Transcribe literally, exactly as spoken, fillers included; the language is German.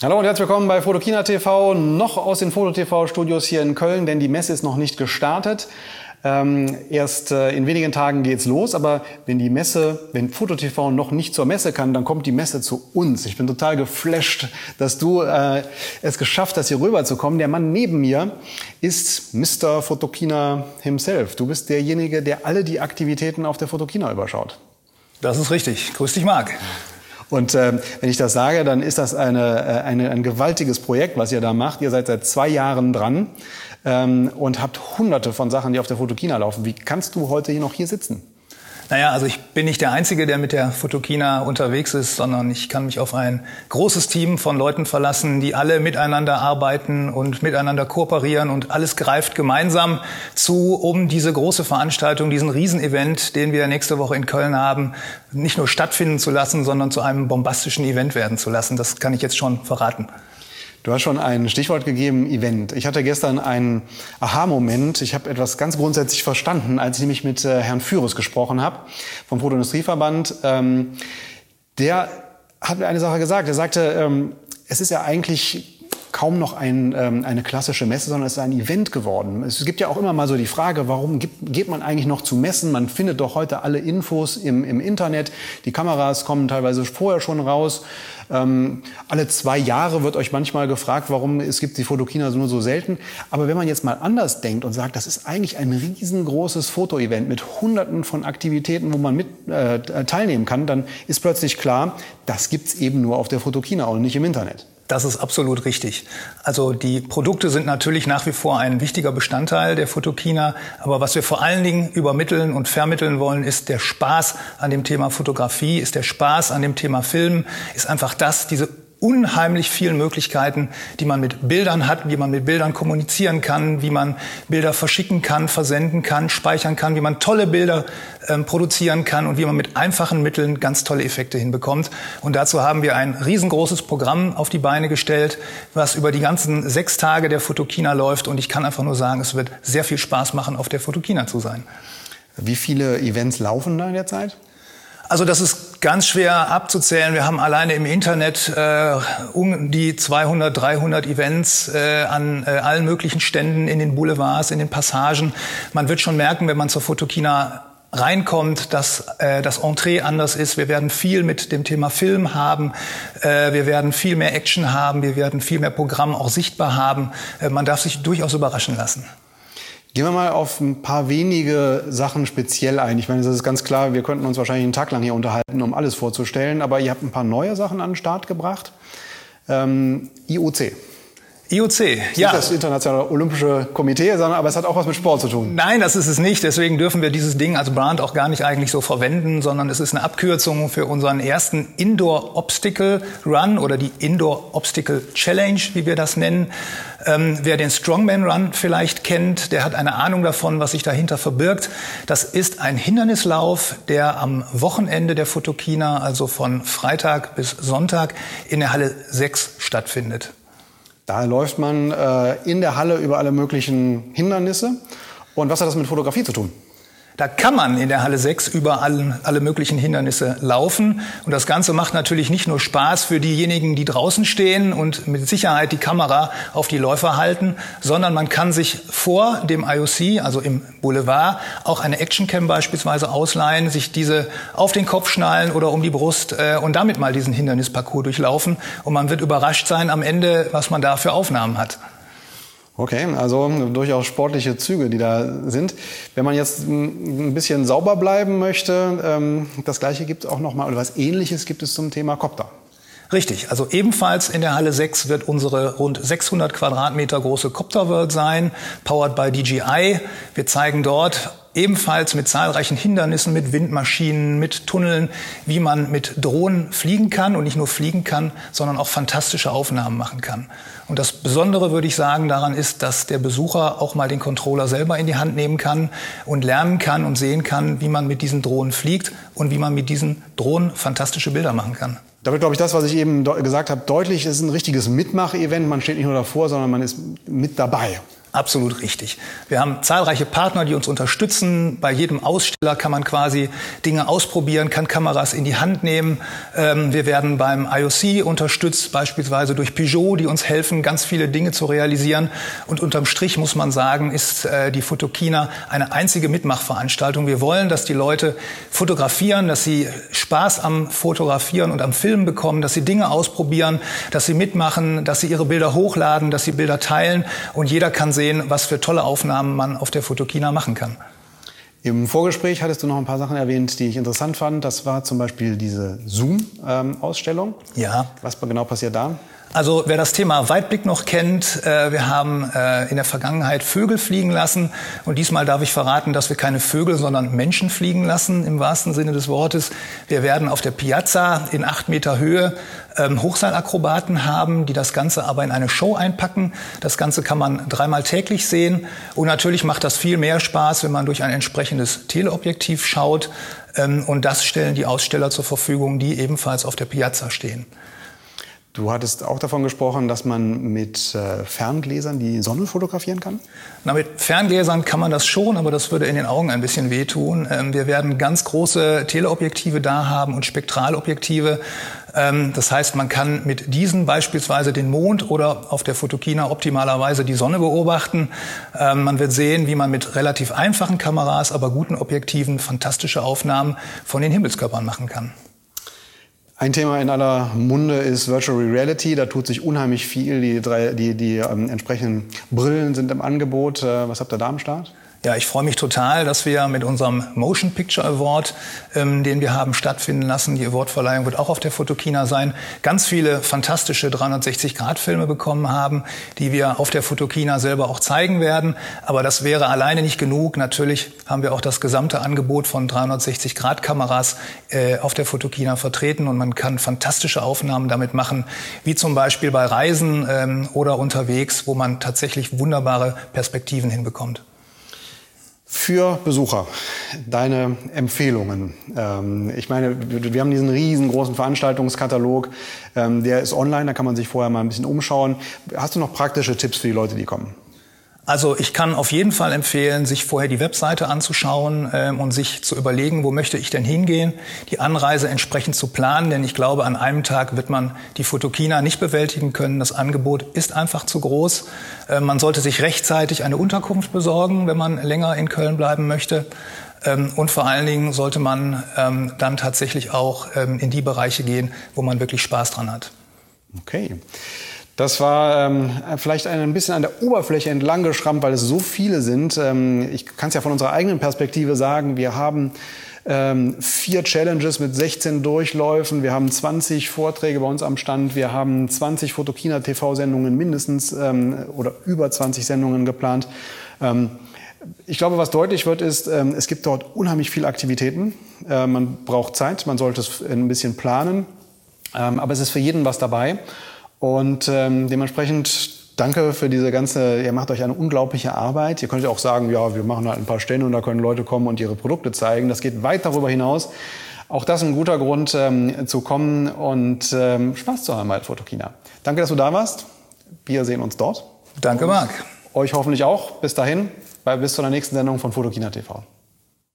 Hallo und herzlich willkommen bei Photokina T V, noch aus den Foto-T V-Studios hier in Köln, denn die Messe ist noch nicht gestartet. Ähm, erst äh, in wenigen Tagen geht's los, aber wenn die Messe, wenn Foto-T V noch nicht zur Messe kann, dann kommt die Messe zu uns. Ich bin total geflasht, dass du äh, es geschafft hast, hier rüber zu kommen. Der Mann neben mir ist Mister Photokina himself. Du bist derjenige, der alle die Aktivitäten auf der Photokina überschaut. Das ist richtig. Grüß dich, Marc. Und äh, wenn ich das sage, dann ist das eine, äh, eine, ein gewaltiges Projekt, was ihr da macht. Ihr seid seit zwei Jahren dran ähm, und habt hunderte von Sachen, die auf der Photokina laufen. Wie kannst du heute hier noch hier sitzen? Naja, also ich bin nicht der Einzige, der mit der Photokina unterwegs ist, sondern ich kann mich auf ein großes Team von Leuten verlassen, die alle miteinander arbeiten und miteinander kooperieren und alles greift gemeinsam zu, um diese große Veranstaltung, diesen Riesenevent, den wir nächste Woche in Köln haben, nicht nur stattfinden zu lassen, sondern zu einem bombastischen Event werden zu lassen. Das kann ich jetzt schon verraten. Du hast schon ein Stichwort gegeben, Event. Ich hatte gestern einen Aha-Moment. Ich habe etwas ganz grundsätzlich verstanden, als ich nämlich mit äh, Herrn Führes gesprochen habe vom Fotoindustrieverband. Ähm, der hat mir eine Sache gesagt. Er sagte, ähm, es ist ja eigentlich kaum noch ein, ähm, eine klassische Messe, sondern es ist ein Event geworden. Es gibt ja auch immer mal so die Frage, warum gibt, geht man eigentlich noch zu Messen? Man findet doch heute alle Infos im, im Internet. Die Kameras kommen teilweise vorher schon raus. Ähm, alle zwei Jahre wird euch manchmal gefragt, warum es gibt die Photokina nur so selten. Aber wenn man jetzt mal anders denkt und sagt, das ist eigentlich ein riesengroßes Fotoevent mit Hunderten von Aktivitäten, wo man mit äh, teilnehmen kann, dann ist plötzlich klar, das gibt's eben nur auf der Photokina und nicht im Internet. Das ist absolut richtig. Also die Produkte sind natürlich nach wie vor ein wichtiger Bestandteil der Photokina. Aber was wir vor allen Dingen übermitteln und vermitteln wollen, ist der Spaß an dem Thema Fotografie, ist der Spaß an dem Thema Film, ist einfach das, diese unheimlich vielen Möglichkeiten, die man mit Bildern hat, wie man mit Bildern kommunizieren kann, wie man Bilder verschicken kann, versenden kann, speichern kann, wie man tolle Bilder ähm, produzieren kann und wie man mit einfachen Mitteln ganz tolle Effekte hinbekommt. Und dazu haben wir ein riesengroßes Programm auf die Beine gestellt, was über die ganzen sechs Tage der Photokina läuft. Und ich kann einfach nur sagen, es wird sehr viel Spaß machen, auf der Photokina zu sein. Wie viele Events laufen da in der Zeit? Also das ist ganz schwer abzuzählen. Wir haben alleine im Internet äh, um die zweihundert, dreihundert Events äh, an äh, allen möglichen Ständen, in den Boulevards, in den Passagen. Man wird schon merken, wenn man zur Photokina reinkommt, dass äh, das Entree anders ist. Wir werden viel mit dem Thema Film haben. Äh, wir werden viel mehr Action haben. Wir werden viel mehr Programm auch sichtbar haben. Äh, man darf sich durchaus überraschen lassen. Gehen wir mal auf ein paar wenige Sachen speziell ein. Ich meine, das ist ganz klar, wir könnten uns wahrscheinlich einen Tag lang hier unterhalten, um alles vorzustellen. Aber ihr habt ein paar neue Sachen an den Start gebracht. Ähm, I O C. I O C, ja. Nicht das Internationale Olympische Komitee, sondern aber es hat auch was mit Sport zu tun. Nein, das ist es nicht. Deswegen dürfen wir dieses Ding als Brand auch gar nicht eigentlich so verwenden, sondern es ist eine Abkürzung für unseren ersten Indoor Obstacle Run oder die Indoor Obstacle Challenge, wie wir das nennen. Ähm, wer den Strongman Run vielleicht kennt, der hat eine Ahnung davon, was sich dahinter verbirgt. Das ist ein Hindernislauf, der am Wochenende der Photokina, also von Freitag bis Sonntag, in der Halle sechs stattfindet. Da läuft man äh, in der Halle über alle möglichen Hindernisse. Und was hat das mit Fotografie zu tun? Da kann man in der Halle sechs über alle, alle möglichen Hindernisse laufen. Und das Ganze macht natürlich nicht nur Spaß für diejenigen, die draußen stehen und mit Sicherheit die Kamera auf die Läufer halten, sondern man kann sich vor dem I O C, also im Boulevard, auch eine Actioncam beispielsweise ausleihen, sich diese auf den Kopf schnallen oder um die Brust äh, und damit mal diesen Hindernisparcours durchlaufen. Und man wird überrascht sein am Ende, was man da für Aufnahmen hat. Okay, also durchaus sportliche Züge, die da sind. Wenn man jetzt ein bisschen sauber bleiben möchte, ähm, das Gleiche gibt es auch noch mal, oder was Ähnliches gibt es zum Thema Copter. Richtig, also ebenfalls in der Halle sechs wird unsere rund sechshundert Quadratmeter große Copter World sein, powered by D J I. Wir zeigen dort ebenfalls mit zahlreichen Hindernissen, mit Windmaschinen, mit Tunneln, wie man mit Drohnen fliegen kann und nicht nur fliegen kann, sondern auch fantastische Aufnahmen machen kann. Und das Besondere, würde ich sagen, daran ist, dass der Besucher auch mal den Controller selber in die Hand nehmen kann und lernen kann und sehen kann, wie man mit diesen Drohnen fliegt und wie man mit diesen Drohnen fantastische Bilder machen kann. Da wird, glaube ich, das, was ich eben gesagt habe, deutlich. Es ist ein richtiges Mitmach-Event. Man steht nicht nur davor, sondern man ist mit dabei. Absolut richtig. Wir haben zahlreiche Partner, die uns unterstützen. Bei jedem Aussteller kann man quasi Dinge ausprobieren, kann Kameras in die Hand nehmen. Ähm, wir werden beim I O C unterstützt, beispielsweise durch Peugeot, die uns helfen, ganz viele Dinge zu realisieren. Und unterm Strich muss man sagen, ist äh, die Photokina eine einzige Mitmachveranstaltung. Wir wollen, dass die Leute fotografieren, dass sie Spaß am Fotografieren und am Filmen bekommen, dass sie Dinge ausprobieren, dass sie mitmachen, dass sie ihre Bilder hochladen, dass sie Bilder teilen und jeder kann sehen, was für tolle Aufnahmen man auf der Photokina machen kann. Im Vorgespräch hattest du noch ein paar Sachen erwähnt, die ich interessant fand. Das war zum Beispiel diese Zoom-Ausstellung. Ja. Was genau passiert da? Also wer das Thema Weitblick noch kennt, äh, wir haben äh, in der Vergangenheit Vögel fliegen lassen und diesmal darf ich verraten, dass wir keine Vögel, sondern Menschen fliegen lassen, im wahrsten Sinne des Wortes. Wir werden auf der Piazza in acht Meter Höhe ähm, Hochseilakrobaten haben, die das Ganze aber in eine Show einpacken. Das Ganze kann man dreimal täglich sehen und natürlich macht das viel mehr Spaß, wenn man durch ein entsprechendes Teleobjektiv schaut ähm, und das stellen die Aussteller zur Verfügung, die ebenfalls auf der Piazza stehen. Du hattest auch davon gesprochen, dass man mit äh, Ferngläsern die Sonne fotografieren kann? Na, mit Ferngläsern kann man das schon, aber das würde in den Augen ein bisschen wehtun. Ähm, wir werden ganz große Teleobjektive da haben und Spektralobjektive. Ähm, das heißt, man kann mit diesen beispielsweise den Mond oder auf der Photokina optimalerweise die Sonne beobachten. Ähm, man wird sehen, wie man mit relativ einfachen Kameras, aber guten Objektiven fantastische Aufnahmen von den Himmelskörpern machen kann. Ein Thema in aller Munde ist Virtual Reality. Da tut sich unheimlich viel. Die, drei, die, die ähm, entsprechenden Brillen sind im Angebot. Äh, was habt ihr da am Start? Ja, ich freue mich total, dass wir mit unserem Motion Picture Award, ähm, den wir haben stattfinden lassen, die Awardverleihung wird auch auf der Photokina sein, ganz viele fantastische dreihundertsechzig Grad Filme bekommen haben, die wir auf der Photokina selber auch zeigen werden. Aber das wäre alleine nicht genug. Natürlich haben wir auch das gesamte Angebot von dreihundertsechzig Grad Kameras äh, auf der Photokina vertreten und man kann fantastische Aufnahmen damit machen, wie zum Beispiel bei Reisen ähm, oder unterwegs, wo man tatsächlich wunderbare Perspektiven hinbekommt. Für Besucher, deine Empfehlungen. Ähm, ich meine, wir haben diesen riesengroßen Veranstaltungskatalog, ähm, der ist online, da kann man sich vorher mal ein bisschen umschauen. Hast du noch praktische Tipps für die Leute, die kommen? Also ich kann auf jeden Fall empfehlen, sich vorher die Webseite anzuschauen ähm, und sich zu überlegen, wo möchte ich denn hingehen, die Anreise entsprechend zu planen, denn ich glaube, an einem Tag wird man die Photokina nicht bewältigen können. Das Angebot ist einfach zu groß. Äh, man sollte sich rechtzeitig eine Unterkunft besorgen, wenn man länger in Köln bleiben möchte. Ähm, und vor allen Dingen sollte man ähm, dann tatsächlich auch ähm, in die Bereiche gehen, wo man wirklich Spaß dran hat. Okay. Das war ähm, vielleicht ein bisschen an der Oberfläche entlang geschrammt, weil es so viele sind. Ähm, ich kann es ja von unserer eigenen Perspektive sagen, wir haben ähm, vier Challenges mit sechzehn Durchläufen, wir haben zwanzig Vorträge bei uns am Stand, wir haben zwanzig Photokina-T V-Sendungen mindestens ähm, oder über zwanzig Sendungen geplant. Ähm, Ich glaube, was deutlich wird, ist, ähm, es gibt dort unheimlich viele Aktivitäten. Äh, man braucht Zeit, man sollte es ein bisschen planen, ähm, aber es ist für jeden was dabei. Und ähm, dementsprechend danke für diese ganze, ihr macht euch eine unglaubliche Arbeit. Ihr könnt ja auch sagen, ja, wir machen halt ein paar Stände und da können Leute kommen und ihre Produkte zeigen. Das geht weit darüber hinaus. Auch das ein guter Grund ähm, zu kommen und ähm, Spaß zu haben bei Photokina. Danke, dass du da warst. Wir sehen uns dort. Danke, Marc. Euch hoffentlich auch. Bis dahin, bis zu der nächsten Sendung von Photokina T V.